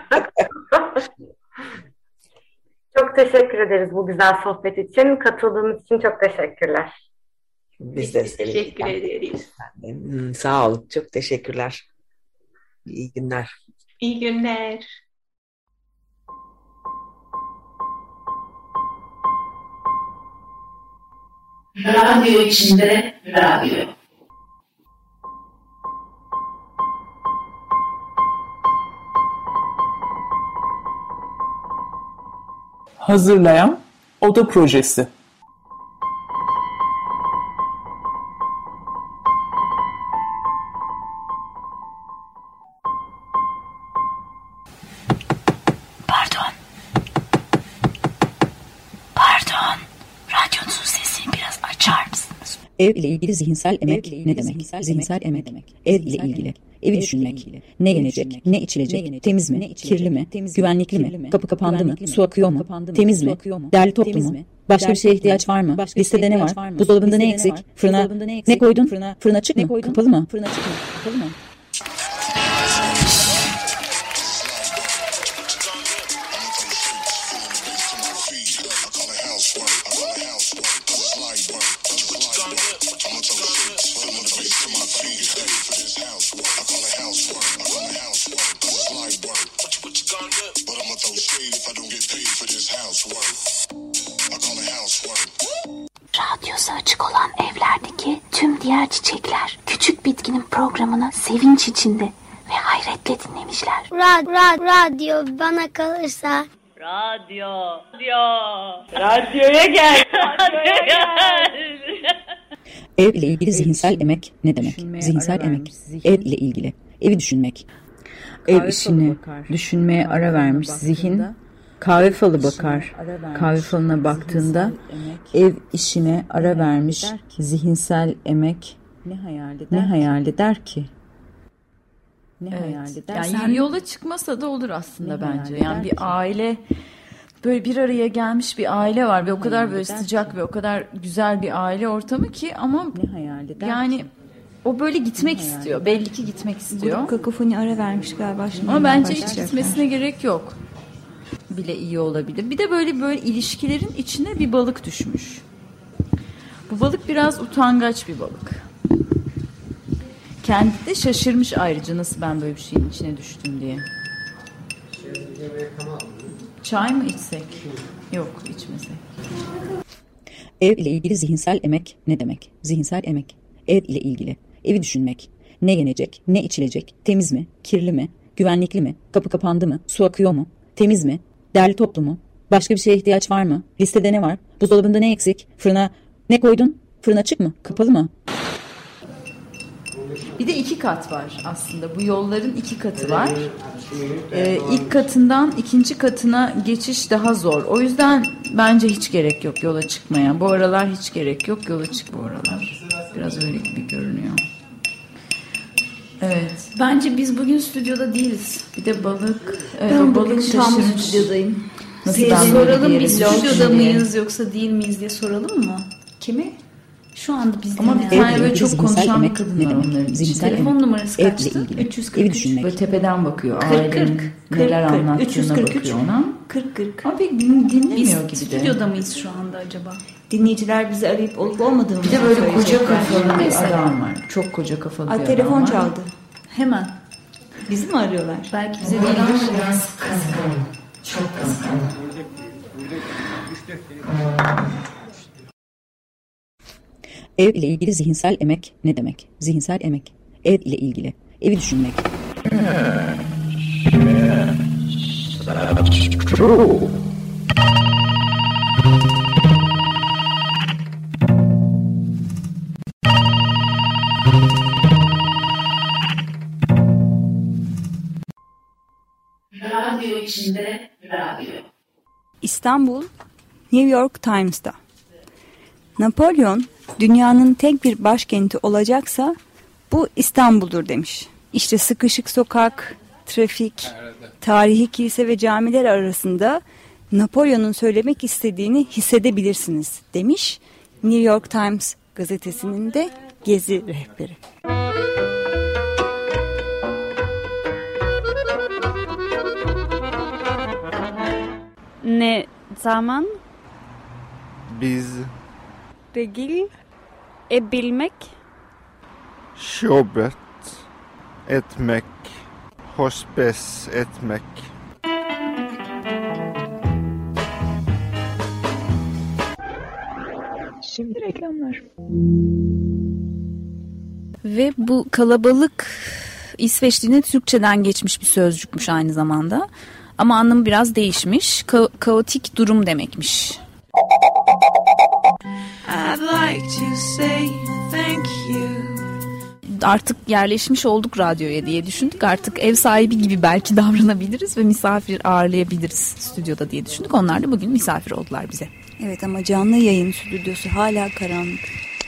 Çok teşekkür ederiz bu güzel sohbet için. Katıldığınız için çok teşekkürler. Biz de teşekkür ederiz. Hmm, sağ olun. Çok teşekkürler. İyi günler. İyi günler. Radyo içinde radyo. Hazırlayan Oda Projesi. Pardon. Pardon. Radyonuzun sesini biraz açar mısınız? Ev ile ilgili zihinsel emek ne demek? Zihinsel, zihinsel emek. emek. Ev ile ilgili. Evi düşünmek. Ne yenecek, ne içilecek, temiz mi, kirli mi, güvenlikli mi, kapı kapandı mı, su akıyor mu, temiz mi, derli toplu mu, başka bir şeye ihtiyaç var mı, listede ne var, buzdolabında ne eksik, fırına ne koydun, fırın açık mı, kapalı mı, fırın açık mı, kapalı mı? Radyosu açık olan evlerdeki tüm diğer çiçekler küçük bitkinin programını sevinç içinde ve hayretle dinlemişler. Rad, rad, radyo bana kalırsa. Radyo, radyo, radyoya gel, radyoya gel. Ev ile ilgili zihinsel emek ne demek? Düşünmeye Zihinsel ara emek. vermiş, zihin. Ev ile ilgili. Evi düşünmek. Ev işini düşünmeye ara vermiş zihin. Kahve falı bakar. Kahve falına baktığında ev işine ara vermiş zihinsel emek ne hayal eder, ne hayal eder ki? Ne evet. hayal eder? Yani Sen yola çıkmasa da olur aslında bence. Yani bir ki? aile böyle bir araya gelmiş bir aile var ve o kadar böyle sıcak ki? ve o kadar güzel bir aile ortamı ki ama ne hayal eder yani ki? O böyle gitmek istiyor. Belli ki gitmek istiyor. Grup kakofoni ara vermiş galiba. Şimdi ama bence hiç gitmesine gerek yok. Bile iyi olabilir. Bir de böyle böyle ilişkilerin içine bir balık düşmüş. Bu balık biraz utangaç bir balık. Kendi de şaşırmış ayrıca nasıl ben böyle bir şeyin içine düştüm diye. Çay mı içsek? Yok, içmesek. Ev ile ilgili zihinsel emek ne demek? Zihinsel emek. Ev ile ilgili. Evi düşünmek. Ne yenecek, ne içilecek, temiz mi, kirli mi, güvenlikli mi, kapı kapandı mı, su akıyor mu, temiz mi, derli toplu mu, başka bir şeye ihtiyaç var mı, listede ne var, buzdolabında ne eksik, fırına ne koydun, fırın açık mı, kapalı mı? Bir de iki kat var aslında. Bu yolların iki katı var. Ee, ilk katından ikinci katına geçiş daha zor. O yüzden bence hiç gerek yok yola çıkmaya. Bu aralar hiç gerek yok yola çık bu aralar. Biraz öyle gibi görünüyor. Evet. Bence biz bugün stüdyoda değiliz. Bir de balık. Evet, ben balık tam şaşırmış. stüdyodayım. Nasıl Siz ben soralım biz stüdyoda diye. mıyız yoksa değil miyiz diye soralım mı? Kimi? Şu anda biz ama bir tane böyle çok konuşan bir kadın var onların için. Telefon numarası kaçtı? üç yüz kırk üç. Böyle tepeden bakıyor. Ailenin neler anlattığına bakıyor ona. kırk kırk. Ama pek dinlemiyor biz gibi de. Biz stüdyoda mıyız şu anda acaba? Dinleyiciler bizi arayıp olup olmadığını bir de böyle koca kafalı bir adam var. Çok koca kafalı bir adam var. Telefon çaldı. Hemen. Bizi mi arıyorlar? Belki bize değil. Çok kıskandım. Ev ile ilgili zihinsel emek ne demek? Zihinsel emek. Ev ile ilgili. Evi düşünmek. Radyo içinde radyo. İstanbul, New York Times'ta. Napolyon, dünyanın tek bir başkenti olacaksa bu İstanbul'dur demiş. İşte sıkışık sokak, trafik, tarihi kilise ve camiler arasında Napolyon'un söylemek istediğini hissedebilirsiniz demiş. New York Times gazetesinin de gezi rehberi. Ne zaman? Biz Regil ebilmek, şöbet etmek, hospes etmek. Şimdi reklamlar. Ve bu kalabalık İsveçli'ne Türkçeden geçmiş bir sözcükmüş aynı zamanda. Ama anlamı biraz değişmiş. Ka- kaotik durum demekmiş. I'd like to say thank you. Artık yerleşmiş olduk radyoya diye düşündük. Artık ev sahibi gibi belki davranabiliriz ve misafir ağırlayabiliriz stüdyoda diye düşündük. Onlar da bugün misafir oldular bize. Evet ama canlı yayın stüdyosu hala karanlık.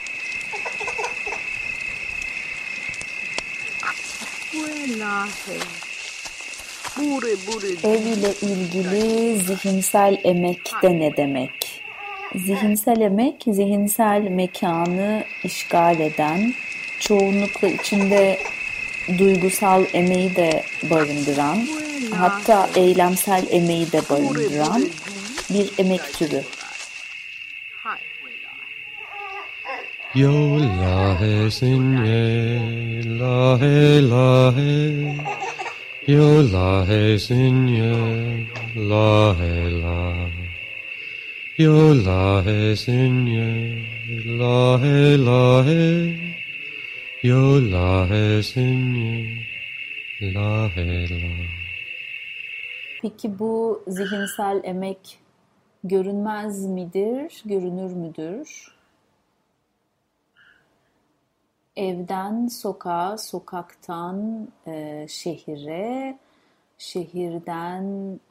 Ev ile ilgili zihinsel emek de ne demek? Zihinsel emek, zihinsel mekanı işgal eden, çoğunlukla içinde duygusal emeği de barındıran, hatta eylemsel emeği de barındıran bir emek türü. Yo lahe sinye, lahe lahe, yo lahe sinye, lahe lahe, yo lahe sinye, lahe lahe, yo lahe sinye, lahe lahe. Peki bu zihinsel emek görünmez midir, görünür müdür? Evden sokağa, sokaktan e, şehire, şehirden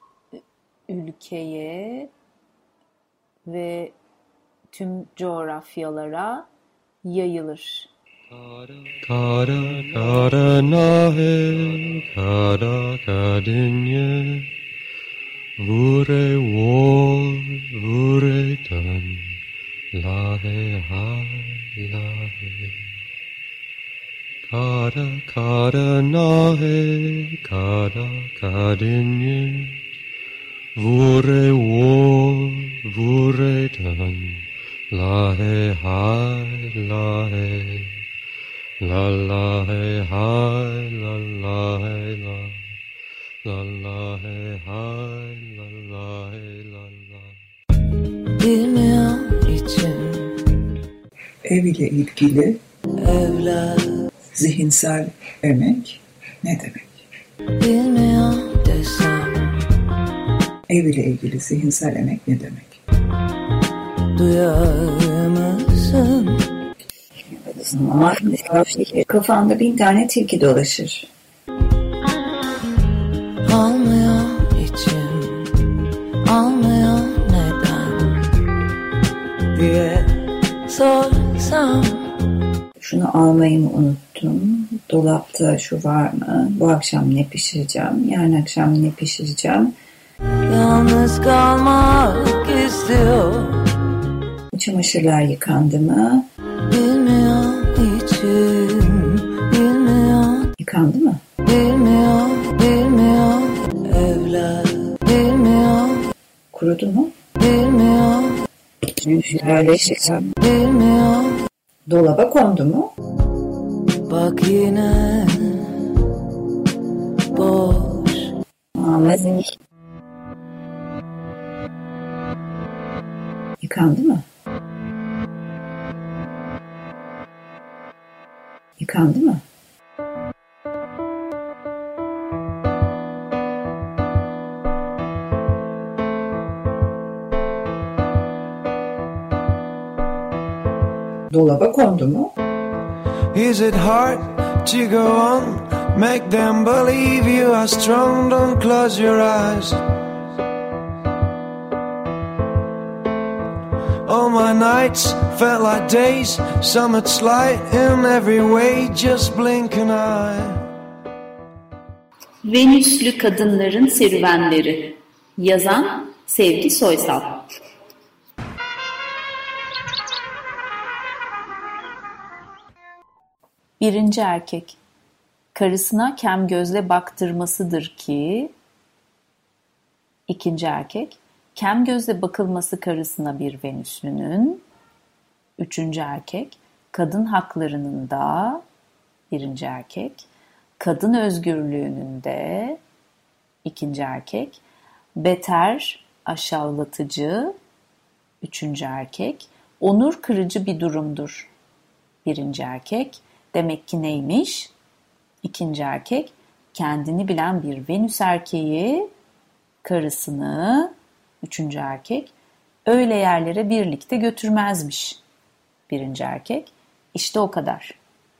ülkeye ve tüm coğrafyalara yayılır. Kara kara nahe, kara kadinye, vure vol, vure tan, lahe ha, lahe. Kara kara nahe, kara kadinye, vure vol, vure tan, lahe ha, lahe. La la hey hi, la la hey la, la la hey hi, la la hey la la. Bilmeyen için ev ile ilgili evler, zihinsel emek ne demek? Bilmeyen desem ev ile ilgili zihinsel emek ne demek? Duyar mısın? Ama kafanda bin tane tilki dolaşır. Almayan için, almayan neden diye sorsam. Şunu almayı mı unuttum? Dolapta şu var mı? Bu akşam ne pişireceğim? Yarın akşam ne pişireceğim? Yalnız kalmak istiyor. Bu çamaşırlar yıkandı mı? Bilmiyor içim, bilmiyor. Yıkandı mı? Bilmiyor, bilmiyor. Evler, bilmiyor. Kurudu mu? Bilmiyor. Yerleştirsem. Bilmiyor. Dolaba kondu mu? Bak yine boş. Anladım. Yıkandı mı? Yıkandı mı? Dolaba kondu mu? Is it hard to go on? Make them believe you are strong. Don't close your eyes. All my nights felt like days. Some it's light in every way. Just blink an eye. Venüslü Kadınların Serüvenleri. Yazan Sevgi Soysal. Birinci erkek, karısına kem gözle baktırmasıdır ki. İkinci erkek, kem gözle bakılması karısına bir Venüslünün. Üçüncü erkek, kadın haklarının da. Birinci erkek, kadın özgürlüğünün de. İkinci erkek, beter, aşağılatıcı. Üçüncü erkek, onur kırıcı bir durumdur. Birinci erkek, demek ki neymiş? İkinci erkek, kendini bilen bir Venüs erkeği. karısını, üçüncü erkek, öyle yerlere birlikte götürmezmiş. Birinci erkek, işte o kadar.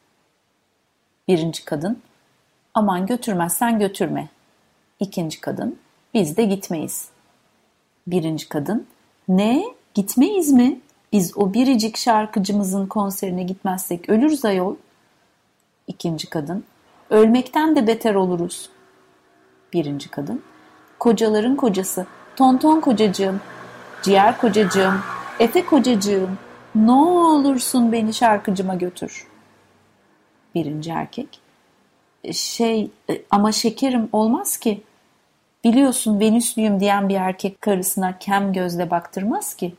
Birinci kadın, aman götürmezsen götürme. İkinci kadın, biz de gitmeyiz. Birinci kadın, ne? Gitmeyiz mi? Biz o biricik şarkıcımızın konserine gitmezsek ölürüz ayol. İkinci kadın, ölmekten de beter oluruz. Birinci kadın, kocaların kocası, tonton kocacığım, ciğer kocacığım, Efe kocacığım, ne olursun beni şarkıcıma götür. Birinci erkek, şey ama şekerim olmaz ki. Biliyorsun Venüslüyüm diyen bir erkek karısına kem gözle baktırmaz ki.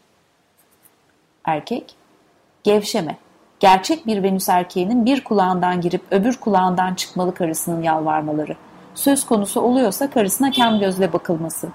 Erkek, gevşeme. Gerçek bir Venüs erkeğinin bir kulağından girip öbür kulağından çıkmalı karısının yalvarmaları. Söz konusu oluyorsa karısına kem gözle bakılması.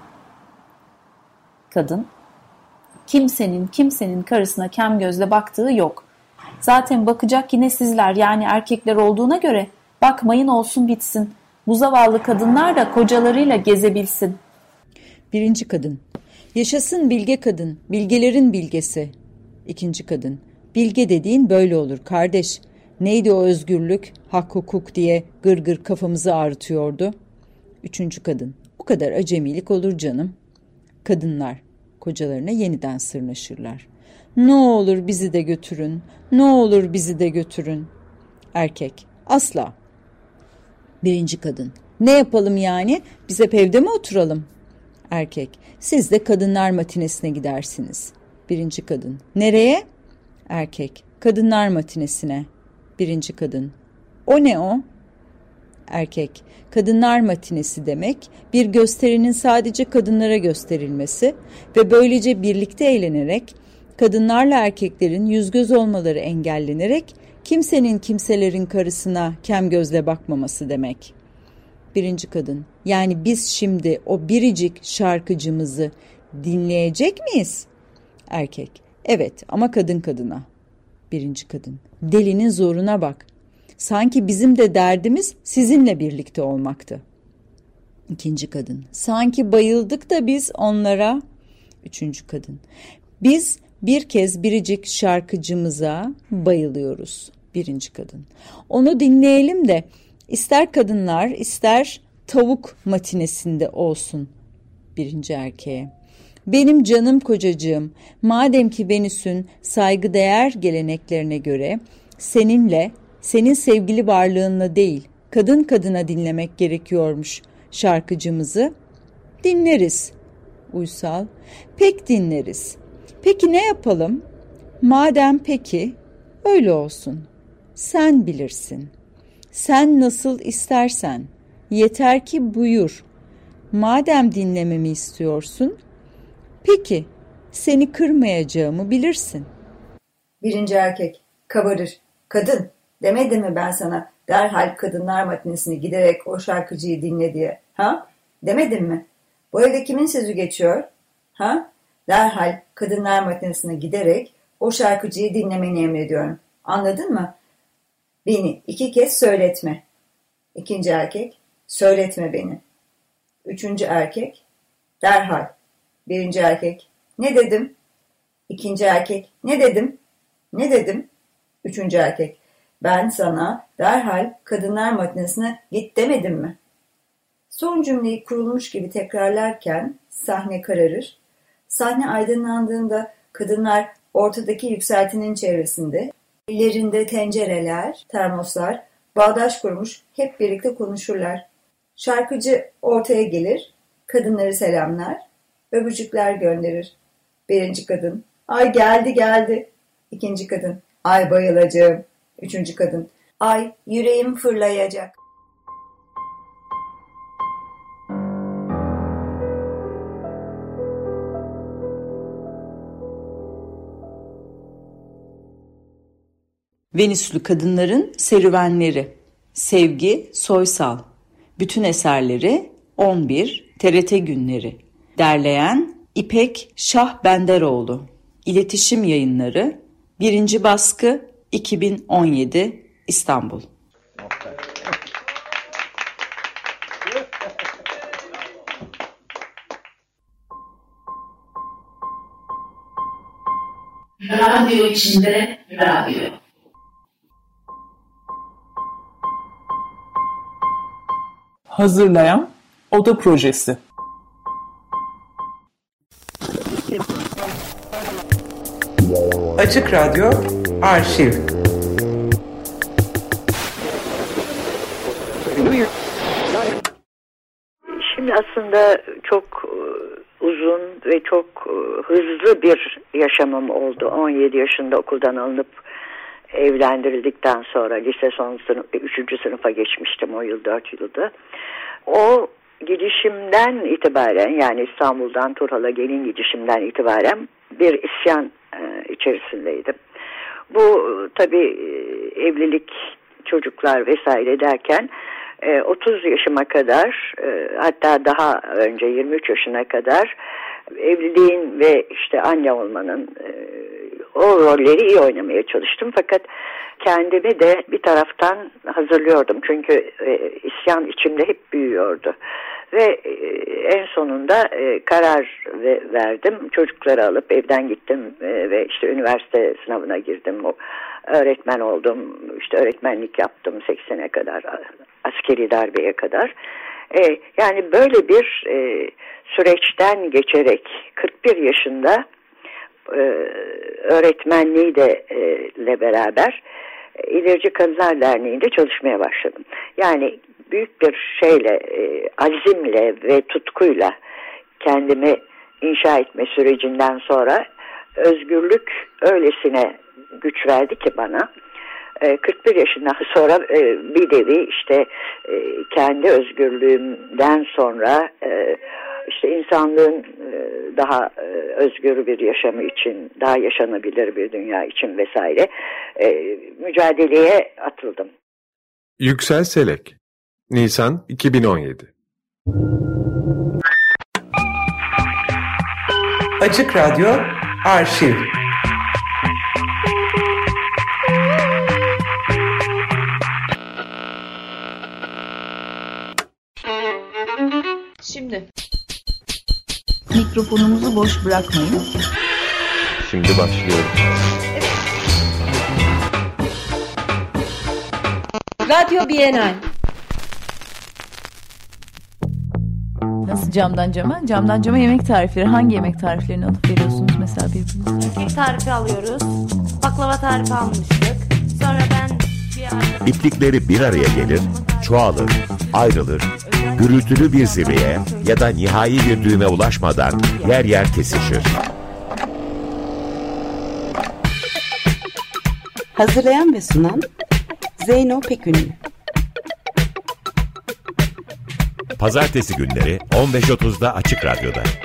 Kadın, kimsenin kimsenin karısına kem gözle baktığı yok. Zaten bakacak yine sizler, yani erkekler olduğuna göre bakmayın olsun bitsin. Bu zavallı kadınlar da kocalarıyla gezebilsin. Birinci kadın, yaşasın bilge kadın, bilgelerin bilgesi. İkinci kadın, bilge dediğin böyle olur kardeş. Neydi o özgürlük, hak hukuk diye gır gır kafamızı ağrıtıyordu. Üçüncü kadın, bu kadar acemilik olur canım. Kadınlar, kocalarına yeniden sırnaşırlar. Ne olur bizi de götürün, ne olur bizi de götürün. Erkek, asla. Birinci kadın, ne yapalım yani, biz hep evde mi oturalım? Erkek, siz de kadınlar matinesine gidersiniz. Birinci kadın, nereye? Erkek, kadınlar matinesine. Birinci kadın, o ne o? Erkek, kadınlar matinesi demek bir gösterinin sadece kadınlara gösterilmesi ve böylece birlikte eğlenerek kadınlarla erkeklerin yüz göz olmaları engellenerek kimsenin kimselerin karısına kem gözle bakmaması demek. Birinci kadın, yani biz şimdi o biricik şarkıcımızı dinleyecek miyiz? Erkek, evet ama kadın kadına. Birinci kadın, delinin zoruna bak. Sanki bizim de derdimiz sizinle birlikte olmaktı. İkinci kadın, sanki bayıldık da biz onlara. Üçüncü kadın, biz bir kez biricik şarkıcımıza bayılıyoruz. Birinci kadın, onu dinleyelim de ister kadınlar ister tavuk matinesinde olsun. Birinci erkeğe, benim canım kocacığım, madem ki Venüs'ün saygıdeğer geleneklerine göre seninle, senin sevgili varlığınla değil, kadın kadına dinlemek gerekiyormuş şarkıcımızı, dinleriz. Uysal, pek dinleriz. Peki ne yapalım? Madem peki, öyle olsun. Sen bilirsin. Sen nasıl istersen. Yeter ki buyur. Madem dinlememi istiyorsun, peki seni kırmayacağımı bilirsin. Birinci erkek, kabarır. Kadın, demedim mi ben sana derhal kadınlar matinesine giderek o şarkıcıyı dinle diye? Ha? Demedim mi? Bu evde kimin sözü geçiyor? Ha? Derhal kadınlar matinesine giderek o şarkıcıyı dinlemeni emrediyorum. Anladın mı? Beni iki kez söyletme. İkinci erkek, söyletme beni. Üçüncü erkek, derhal. Birinci erkek, ne dedim? İkinci erkek, ne dedim? Ne dedim? Üçüncü erkek, ben sana derhal kadınlar matinesine git demedim mi? Son cümleyi kurulmuş gibi tekrarlarken sahne kararır. Sahne aydınlandığında kadınlar ortadaki yükseltinin çevresinde, ellerinde tencereler, termoslar, bağdaş kurmuş hep birlikte konuşurlar. Şarkıcı ortaya gelir, kadınları selamlar, öpücükler gönderir. Birinci kadın, ay geldi geldi. İkinci kadın, ay bayılacağım. Üçüncü kadın, ay yüreğim fırlayacak. Venüslü Kadınların Serüvenleri, Sevgi Soysal. Bütün eserleri on bir T R T Günleri. Derleyen İpek Şah Benderoğlu. İletişim Yayınları, birinci baskı, iki bin on yedi, İstanbul. Radyo içinde radyo. Hazırlayan Oda Projesi. Açık Radyo Arşiv. Şimdi aslında çok uzun ve çok hızlı bir yaşamım oldu. on yedi yaşında okuldan alınıp evlendirildikten sonra lise son sınıf, üçüncü sınıfa geçmiştim o yıl, dört yılda. O gidişimden itibaren, yani İstanbul'dan Turhal'a gelin gidişimden itibaren bir isyan e, içerisindeydim. Bu tabii evlilik, çocuklar vesaire derken e, otuz yaşıma kadar, e, hatta daha önce yirmi üç yaşına kadar evliliğin ve işte anne olmanın e, o rolleri iyi oynamaya çalıştım. Fakat kendimi de bir taraftan hazırlıyordum. Çünkü e, isyan içimde hep büyüyordu. Ve e, en sonunda e, karar ve, verdim. Çocukları alıp evden gittim e, ve işte üniversite sınavına girdim. O, öğretmen oldum. İşte öğretmenlik yaptım seksene kadar, askeri darbeye kadar. E, yani böyle bir e, süreçten geçerek kırk bir yaşında e, öğretmenliği de e, ile beraber İlerici Kadınlar Derneği'nde çalışmaya başladım. Yani büyük bir şeyle, e, azimle ve tutkuyla kendimi inşa etme sürecinden sonra özgürlük öylesine güç verdi ki bana. kırk bir yaşından sonra bir devi işte kendi özgürlüğümden sonra işte insanlığın daha özgür bir yaşamı için, daha yaşanabilir bir dünya için vesaire mücadeleye atıldım. Yüksel Selek, Nisan iki bin on yedi. Açık Radyo Arşiv. Şimdi mikrofonumuzu boş bırakmayın. Şimdi başlıyoruz. Radyo Bienal. Nasıl camdan cama? Camdan cama yemek tarifleri. Hangi yemek tariflerini alıp veriyorsunuz mesela birbirinize? Kek tarifi alıyoruz. Baklava tarifi almıştık. Sonra ben bir arkadaşım... İplikleri bir araya gelir, çoğalır, ayrılır, gürültülü bir zirveye ya da nihai bir düğüme ulaşmadan yer yer kesişir. Hazırlayan ve sunan Zeyno Pekünlü. Pazartesi günleri on beş otuzda Açık Radyo'da.